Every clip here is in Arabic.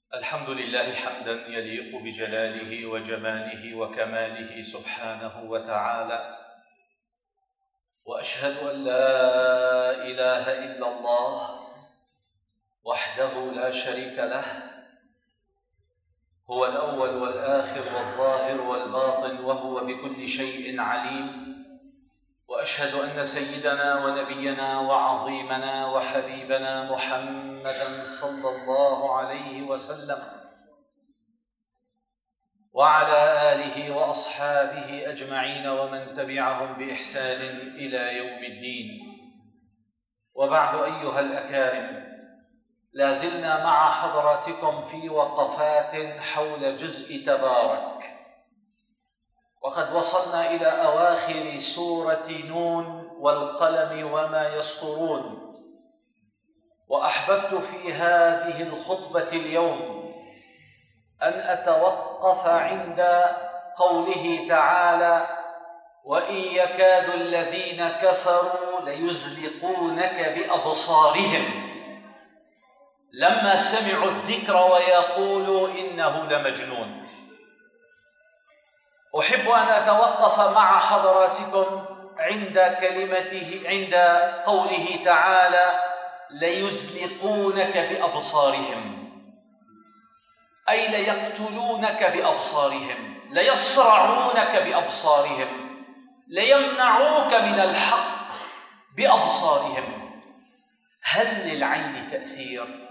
الحمد لله حمدا يليق بجلاله وجماله وكماله سبحانه وتعالى، وأشهد أن لا إله إلا الله وحده لا شريك له، هو الأول والآخر والظاهر والباطن، وهو بكل شيء عليم. وأشهد أن سيدنا ونبينا وعظيمنا وحبيبنا محمدًا صلى الله عليه وسلم وعلى آله وأصحابه أجمعين ومن تبعهم بإحسان إلى يوم الدين. وبعد أيها الأكارم، لازلنا مع حضراتكم في وقفات حول جزء تبارك، وقد وصلنا إلى أواخر سورة نون والقلم وما يسطرون. وأحببت في هذه الخطبة اليوم أن أتوقف عند قوله تعالى: وإن يكاد الذين كفروا ليزلقونك بأبصارهم لما سمعوا الذكر ويقولوا إنه لمجنون. أحب أن أتوقف مع حضراتكم عند قوله تعالى: ليزلقونك بأبصارهم، أي ليقتلونك بأبصارهم، ليصرعونك بأبصارهم، ليمنعوك من الحق بأبصارهم. هل للعين تأثير؟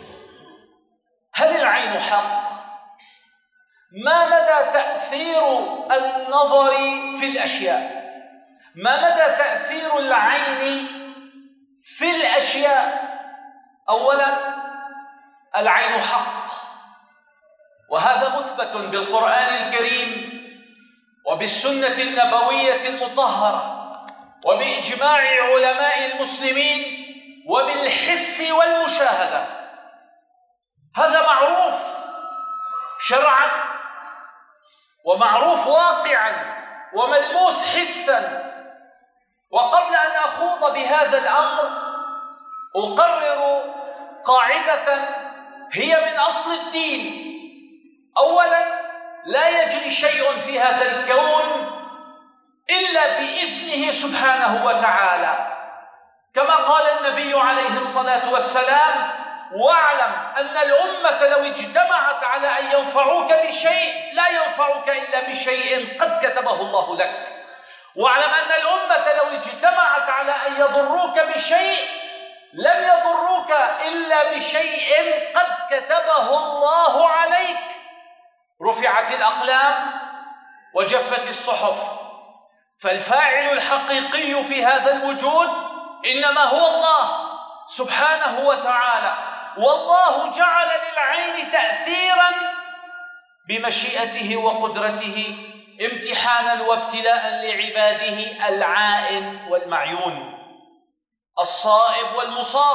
هل العين حق؟ ما مدى تأثير النظر في الأشياء؟ ما مدى تأثير العين في الأشياء؟ أولاً، العين حق، وهذا مثبت بالقرآن الكريم وبالسنة النبوية المطهرة وبإجماع علماء المسلمين وبالحس والمشاهدة. هذا معروف شرعاً ومعروف واقعاً وملموس حساً. وقبل أن أخوض بهذا الأمر أقرر قاعدة هي من أصل الدين. أولاً، لا يجري شيء في هذا الكون إلا بإذنه سبحانه وتعالى، كما قال النبي عليه الصلاة والسلام: واعلم أن الأمة لو اجتمعت على أن ينفعوك بشيء لا ينفعك إلا بشيء قد كتبه الله لك. واعلم أن الأمة لو اجتمعت على أن يضروك بشيء لم يضروك إلا بشيء قد كتبه الله عليك. رفعت الأقلام وجفت الصحف، فالفاعل الحقيقي في هذا الوجود إنما هو الله سبحانه وتعالى. والله جعل للعين تأثيراً بمشيئته وقدرته، امتحاناً وابتلاءً لعباده العائن والمعيون، الصائب والمصاب.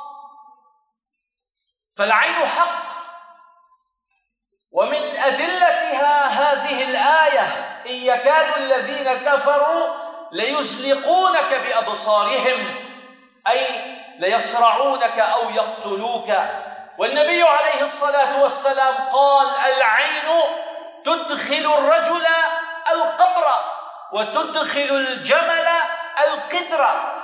فالعين حق. ومن أدلتها هذه الآية: إن يكاد الذين كفروا ليزلقونك بأبصارهم، أي ليصرعونك أو يقتلوك. والنبي عليه الصلاة والسلام قال: العين تدخل الرجل القبر وتدخل الجمل القدر.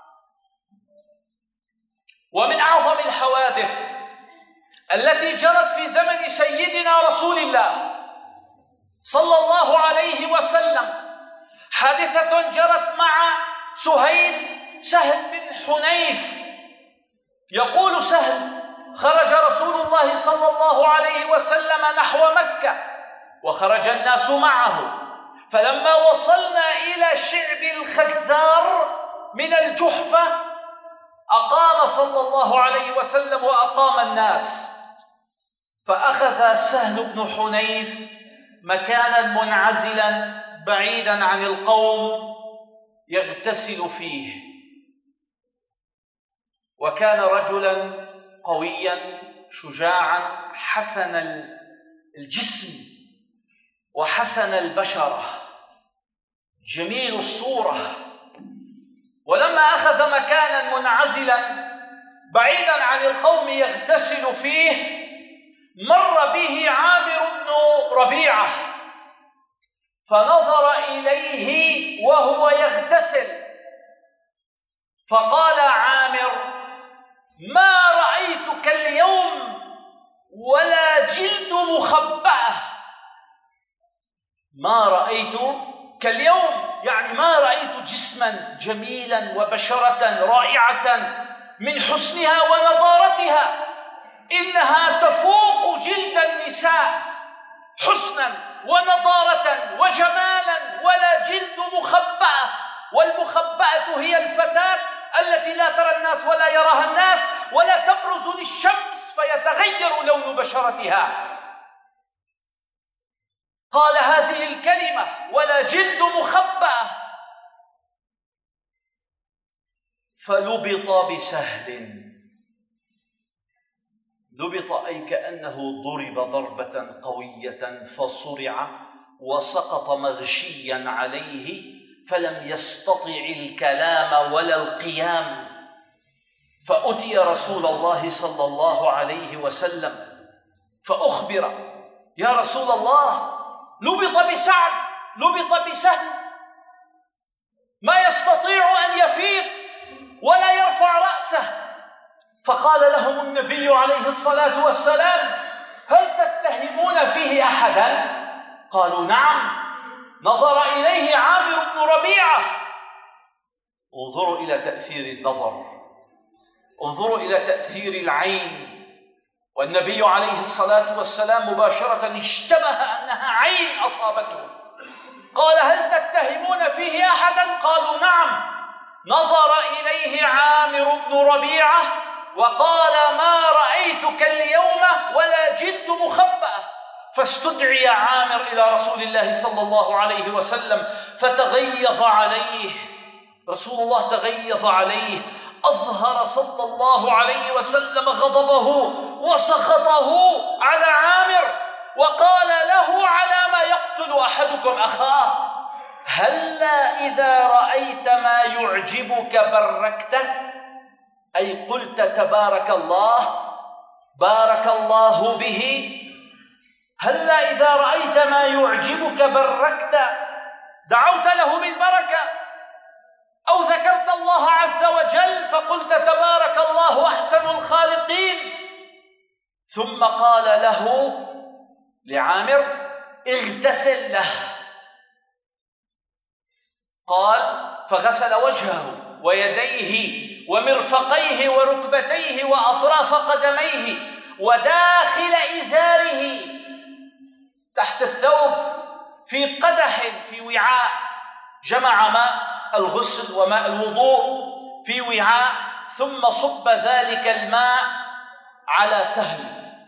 ومن أعظم الحوادث التي جرت في زمن سيدنا رسول الله صلى الله عليه وسلم حادثة جرت مع سهل بن حنيف. يقول سهل: خرج رسول الله صلى الله عليه وسلم نحو مكة وخرج الناس معه، فلما وصلنا إلى شعب الخزار من الجحفة أقام صلى الله عليه وسلم وأقام الناس، فأخذ سهل بن حنيف مكاناً منعزلاً بعيداً عن القوم يغتسل فيه. وكان رجلاً قوياً شجاعاً حسن الجسم وحسن البشرة، جميل الصورة. ولما أخذ مكاناً منعزلاً بعيداً عن القوم يغتسل فيه، ربيعة فنظر إليه وهو يغتسل فقال عامر: ما رأيتك اليوم ولا جلد مخبأة. ما رأيتك اليوم يعني ما رأيت جسما جميلا وبشرة رائعة من حسنها ونضارتها، إنها تفوق جلد النساء حسنا ونضارة وجمالا، ولا جلد مخبأة. والمخبأة هي الفتاة التي لا ترى الناس ولا يراها الناس ولا تبرز للشمس فيتغير لون بشرتها. قال هذه الكلمة: ولا جلد مخبأة، فلبط بسهل. لبط أي كأنه ضرب ضربة قوية فصرع وسقط مغشيا عليه، فلم يستطع الكلام ولا القيام. فأتي رسول الله صلى الله عليه وسلم فأخبر: يا رسول الله، لبط بسعد، لبط بسهل، ما يستطيع أن يفيق ولا يرفع رأسه. فقال لهم النبي عليه الصلاة والسلام: هل تتهمون فيه أحدا؟ قالوا: نعم. نظر إليه عامر بن ربيعة. انظروا إلى تأثير النظر، انظروا إلى تأثير العين. والنبي عليه الصلاة والسلام مباشرة اشتبه أنها عين أصابته. قال: هل تتهمون فيه أحدا؟ قالوا: نعم. نظر إليه عامر بن ربيعة وقال: ما رأيتك اليوم ولا جلد مخبأة. فاستدعي عامر إلى رسول الله صلى الله عليه وسلم فتغيظ عليه. رسول الله تغيظ عليه، أظهر صلى الله عليه وسلم غضبه وسخطه على عامر، وقال له: على ما يقتل أحدكم أخاه؟ هلا إذا رأيت ما يعجبك بركته، أي قلت تبارك الله، بارك الله به. هلا إذا رأيت ما يعجبك بركت، دعوت له بالبركة، أو ذكرت الله عز وجل فقلت تبارك الله أحسن الخالقين. ثم قال له لعامر: اغتسل له. قال: فغسل وجهه ويديه ومرفقيه وركبتيه وأطراف قدميه وداخل إزاره، تحت الثوب في قدح في وعاء، جمع ماء الغسل وماء الوضوء في وعاء، ثم صب ذلك الماء على سهل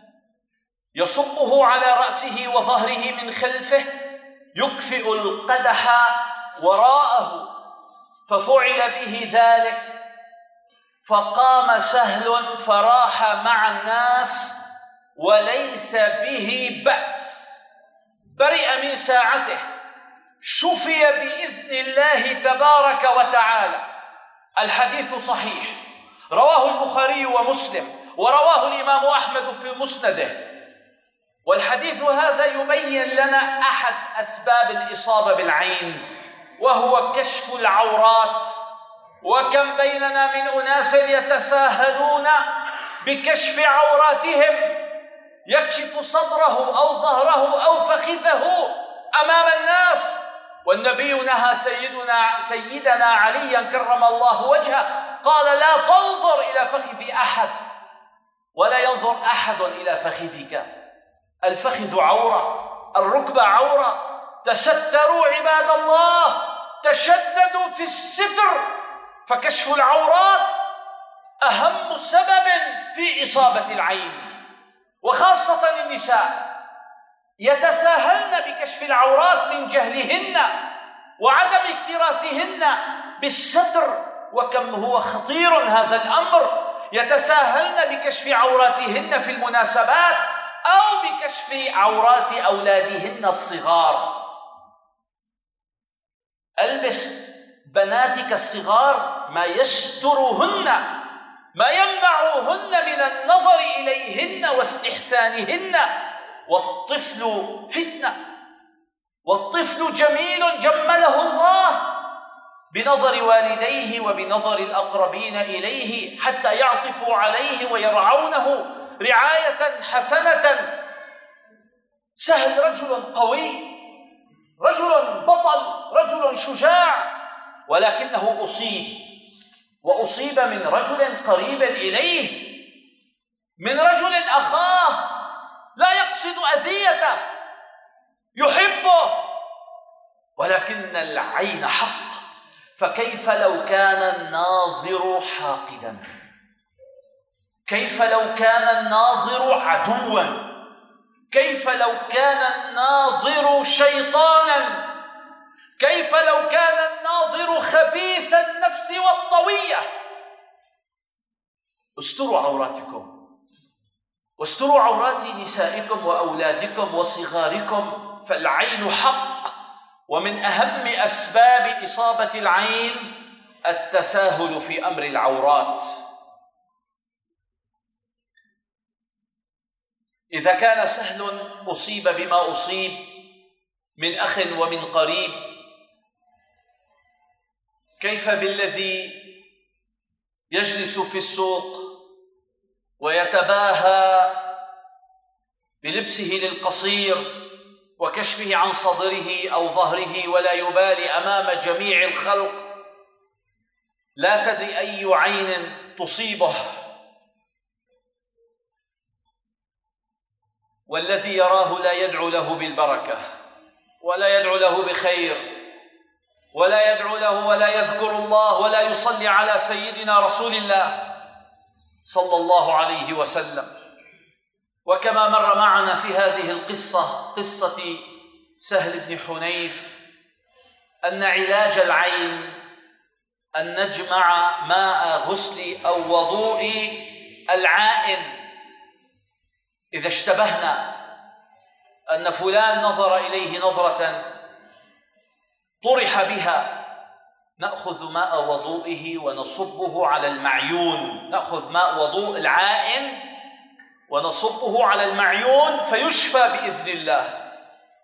يصبه على رأسه وظهره من خلفه، يكفئ القدح وراءه. ففعل به ذلك، فقام سهل فراح مع الناس وليس به بأس، برئ من ساعته، شفي بإذن الله تبارك وتعالى. الحديث صحيح، رواه البخاري ومسلم، ورواه الإمام أحمد في مسنده. والحديث هذا يبين لنا أحد أسباب الإصابة بالعين، وهو كشف العورات. وكم بيننا من أناس يتساهلون بكشف عوراتهم، يكشف صدره أو ظهره أو فخذه أمام الناس. والنبي نهى سيدنا عليا كرم الله وجهه، قال: لا تنظر إلى فخذ أحد ولا ينظر أحد إلى فخذك. الفخذ عورة، الركبة عورة. تستروا عباد الله، تشددوا في الستر، فكشف العورات أهم سبب في إصابة العين. وخاصة النساء يتساهلن بكشف العورات من جهلهن وعدم اكتراثهن بالستر، وكم هو خطير هذا الأمر. يتساهلن بكشف عوراتهن في المناسبات أو بكشف عورات أولادهن الصغار. ألبس بناتك الصغار ما يسترهن، ما يمنعهن من النظر إليهن واستحسانهن. والطفل فتنة، والطفل جميل جمله الله بنظر والديه وبنظر الأقربين إليه حتى يعطفوا عليه ويرعونه رعاية حسنة. سهل رجل قوي، رجل بطل، رجل شجاع، ولكنه وأصيب من رجل قريب إليه، من رجل أخاه لا يقصد أذيته، يحبه، ولكن العين حق. فكيف لو كان الناظر حاقدا؟ كيف لو كان الناظر عدوا؟ كيف لو كان الناظر شيطانا؟ كيف لو كان الناظر خبيث النفس والطوية؟ استروا عوراتكم، واستروا عورات نسائكم وأولادكم وصغاركم، فالعين حق. ومن أهم أسباب إصابة العين التساهل في أمر العورات. إذا كان سهل أصيب بما أصيب من أخ ومن قريب، كيف بالذي يجلس في السوق ويتباهى بلبسه للقصير وكشفه عن صدره أو ظهره ولا يبالي أمام جميع الخلق؟ لا تدري أي عين تصيبه، والذي يراه لا يدعو له بالبركة ولا يدعو له بخير ولا يدعو له ولا يذكر الله ولا يصلي على سيدنا رسول الله صلى الله عليه وسلم. وكما مر معنا في هذه القصة، قصة سهل بن حنيف، أن علاج العين أن نجمع ماء غسل أو وضوء العائن. إذا اشتبهنا أن فلان نظر إليه نظرة طرح بها، نأخذ ماء وضوئه ونصبه على المعيون، نأخذ ماء وضوء العائن ونصبه على المعيون فيشفى بإذن الله،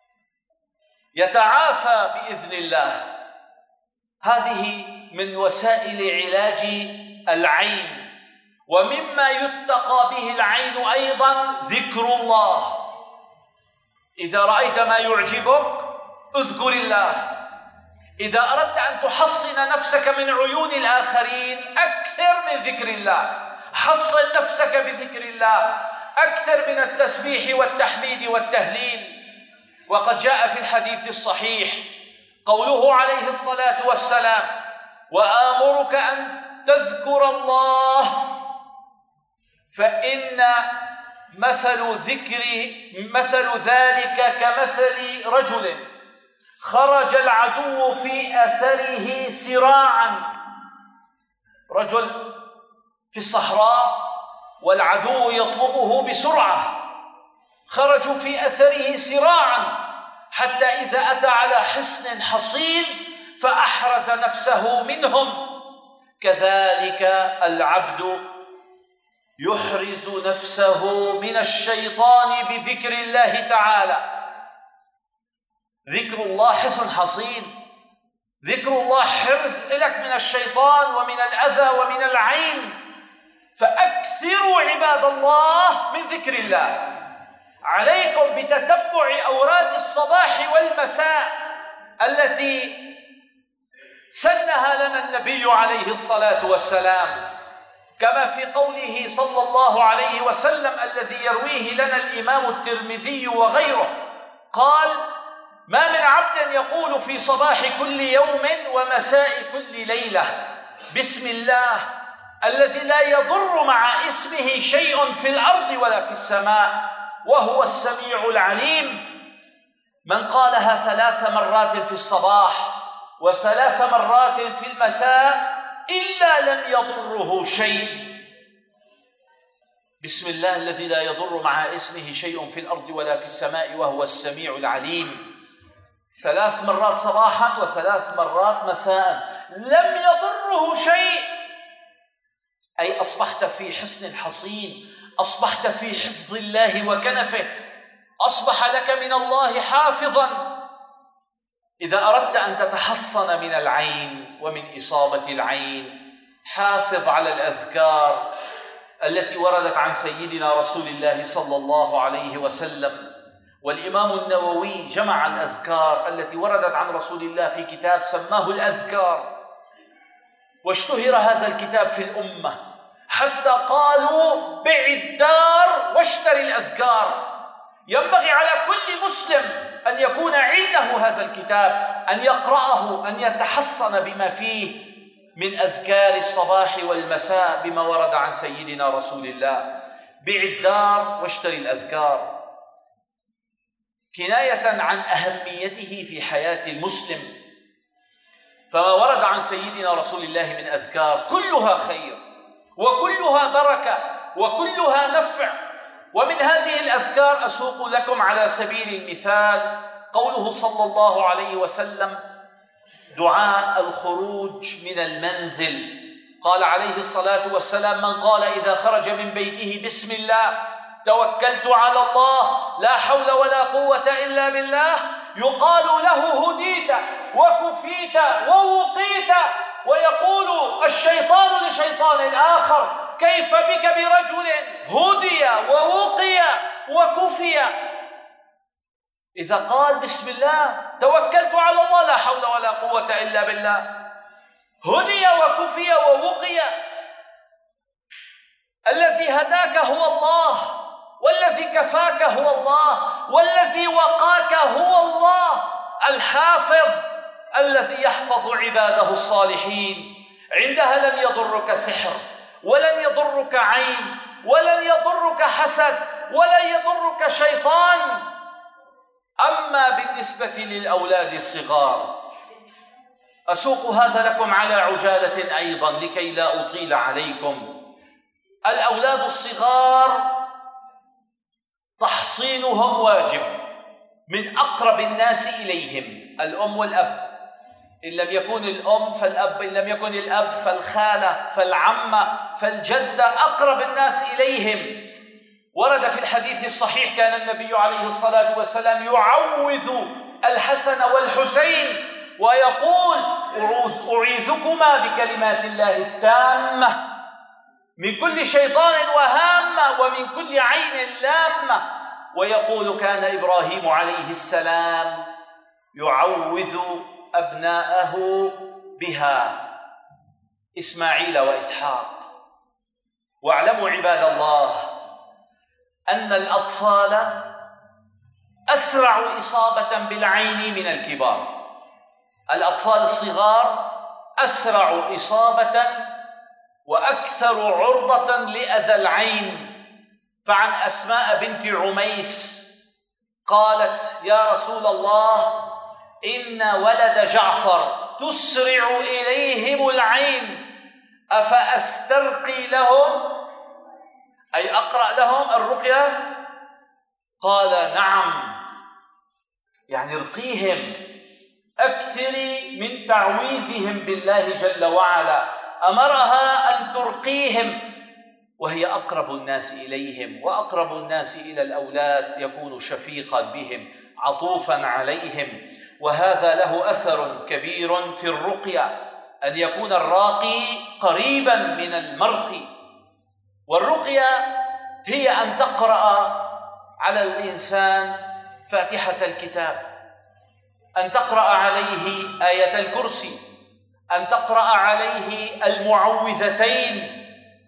يتعافى بإذن الله. هذه من وسائل علاج العين. ومما يتقى به العين أيضا ذكر الله. إذا رأيت ما يعجبك اذكر الله. إذا أردت أن تحصن نفسك من عيون الآخرين أكثر من ذكر الله، حصن نفسك بذكر الله، أكثر من التسبيح والتحميد والتهليل. وقد جاء في الحديث الصحيح قوله عليه الصلاة والسلام: وآمرك أن تذكر الله فإن مثل ذلك كمثل رجل خرج العدو في أثره سراعا. رجل في الصحراء والعدو يطلبه بسرعة، خرجوا في أثره سراعا حتى إذا أتى على حصن حصين فأحرز نفسه منهم. كذلك العبد يحرز نفسه من الشيطان بذكر الله تعالى. ذكر الله حصن حصين، ذكر الله حرز لك من الشيطان ومن الأذى ومن العين. فأكثروا عباد الله من ذكر الله. عليكم بتتبع أوراد الصباح والمساء التي سنها لنا النبي عليه الصلاة والسلام، كما في قوله صلى الله عليه وسلم الذي يرويه لنا الإمام الترمذي وغيره، قال: ما من عبد يقول في صباح كل يوم ومساء كل ليلة بسم الله الذي لا يضر مع اسمه شيء في الأرض ولا في السماء وهو السميع العليم. من قالها 3 مرات في الصباح و3 مرات في المساء إلا لم يضره شيء. بسم الله الذي لا يضر مع اسمه شيء في الأرض ولا في السماء وهو السميع العليم، 3 مرات صباحا و3 مرات مساء، لم يضره شيء. أي أصبحت في حصن حصين، أصبحت في حفظ الله وكنفه. أصبح لك من الله حافظا. إذا أردت أن تتحصن من العين ومن إصابة العين، حافظ على الأذكار التي وردت عن سيدنا رسول الله صلى الله عليه وسلم. والإمام النووي جمع الأذكار التي وردت عن رسول الله في كتاب سماه الأذكار، واشتهر هذا الكتاب في الأمة حتى قالوا بع الدار واشتري الأذكار. ينبغي على كل مسلم أن يكون عنده هذا الكتاب، أن يقرأه، أن يتحصن بما فيه من أذكار الصباح والمساء بما ورد عن سيدنا رسول الله. بع الدار واشتري الأذكار، كناية عن أهميته في حياة المسلم. فما ورد عن سيدنا رسول الله من أذكار كلها خير وكلها بركة وكلها نفع. ومن هذه الأذكار أسوق لكم على سبيل المثال قوله صلى الله عليه وسلم: دعاء الخروج من المنزل. قال عليه الصلاة والسلام: من قال إذا خرج من بيته بسم الله توكلت على الله لا حول ولا قوة إلا بالله، يقال له هديت وكفيت ووقيت. ويقول الشيطان لشيطان آخر: كيف بك برجل هدي ووقي وكفي؟ إذا قال بسم الله توكلت على الله لا حول ولا قوة إلا بالله، هدي وكفي ووقي. الذي هداك هو الله، والذي كفاك هو الله، والذي وقاك هو الله الحافظ الذي يحفظ عباده الصالحين. عندها لم يضرك سحر، ولن يضرك عين، ولن يضرك حسد، ولن يضرك شيطان. أما بالنسبة للأولاد الصغار، أسوق هذا لكم على عجالة أيضا لكي لا أطيل عليكم. الأولاد الصغار تحصينهم واجب من أقرب الناس إليهم، الأم والأب، إن لم يكن الأم فالأب، إن لم يكن الأب فالخالة فالعمة فالجدة، أقرب الناس إليهم. ورد في الحديث الصحيح كان النبي عليه الصلاة والسلام يعوذ الحسن والحسين ويقول: أعيذكما بكلمات الله التامة من كل شيطان وهامة ومن كل عين لامة. ويقول: كان إبراهيم عليه السلام يعوذ أبناءه بها، إسماعيل وإسحاق. واعلموا عباد الله أن الأطفال أسرع إصابة بالعين من الكبار. الأطفال الصغار أسرع إصابة وأكثر عرضة لأذى العين. فعن أسماء بنت عميس قالت: يا رسول الله، إن ولد جعفر تسرع إليهم العين، أفأسترقي لهم، أي أقرأ لهم الرقية؟ قال: نعم، يعني ارقيهم، أكثري من تعويذهم بالله جل وعلا. أمرها أن ترقيهم، وهي أقرب الناس إليهم، وأقرب الناس إلى الأولاد يكون شفيقا بهم عطوفا عليهم. وهذا له أثر كبير في الرقية، أن يكون الراقي قريبا من المرقي. والرقية هي أن تقرأ على الإنسان فاتحة الكتاب، أن تقرأ عليه آية الكرسي، أن تقرأ عليه المعوذتين.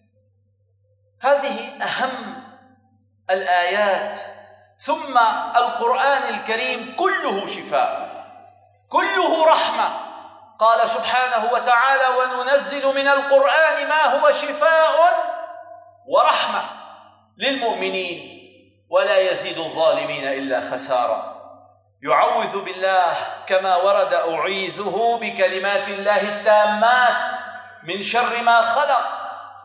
هذه أهم الآيات. ثم القرآن الكريم كله شفاء، كله رحمة. قال سبحانه وتعالى: وننزل من القرآن ما هو شفاء ورحمة للمؤمنين ولا يزيد الظالمين إلا خسارة. يعوذ بالله كما ورد: أعيذه بكلمات الله التامات من شر ما خلق.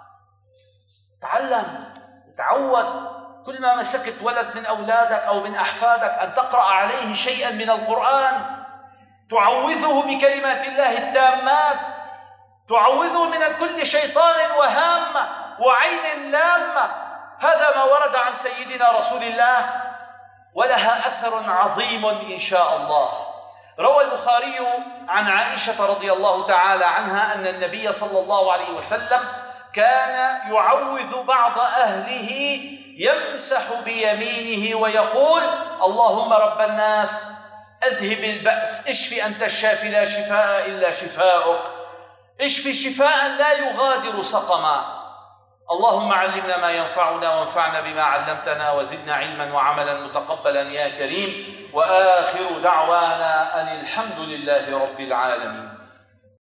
تعلم، تعود، كل ما مسكت ولد من أولادك أو من أحفادك أن تقرأ عليه شيئا من القرآن، تعوذه بكلمات الله التامات، تعوذه من كل شيطان وهامة وعين لامة. هذا ما ورد عن سيدنا رسول الله. ولها أثر عظيم إن شاء الله. روى البخاري عن عائشة رضي الله تعالى عنها أن النبي صلى الله عليه وسلم كان يعوذ بعض أهله يمسح بيمينه ويقول: اللهم رب الناس أذهب البأس، اشف أنت الشافي لا شفاء إلا شفاؤك، اشف شفاء لا يغادر سقما. اللهم علمنا ما ينفعنا وانفعنا بما علمتنا وزدنا علما وعملا متقبلا يا كريم. وآخر دعوانا أن الحمد لله رب العالمين.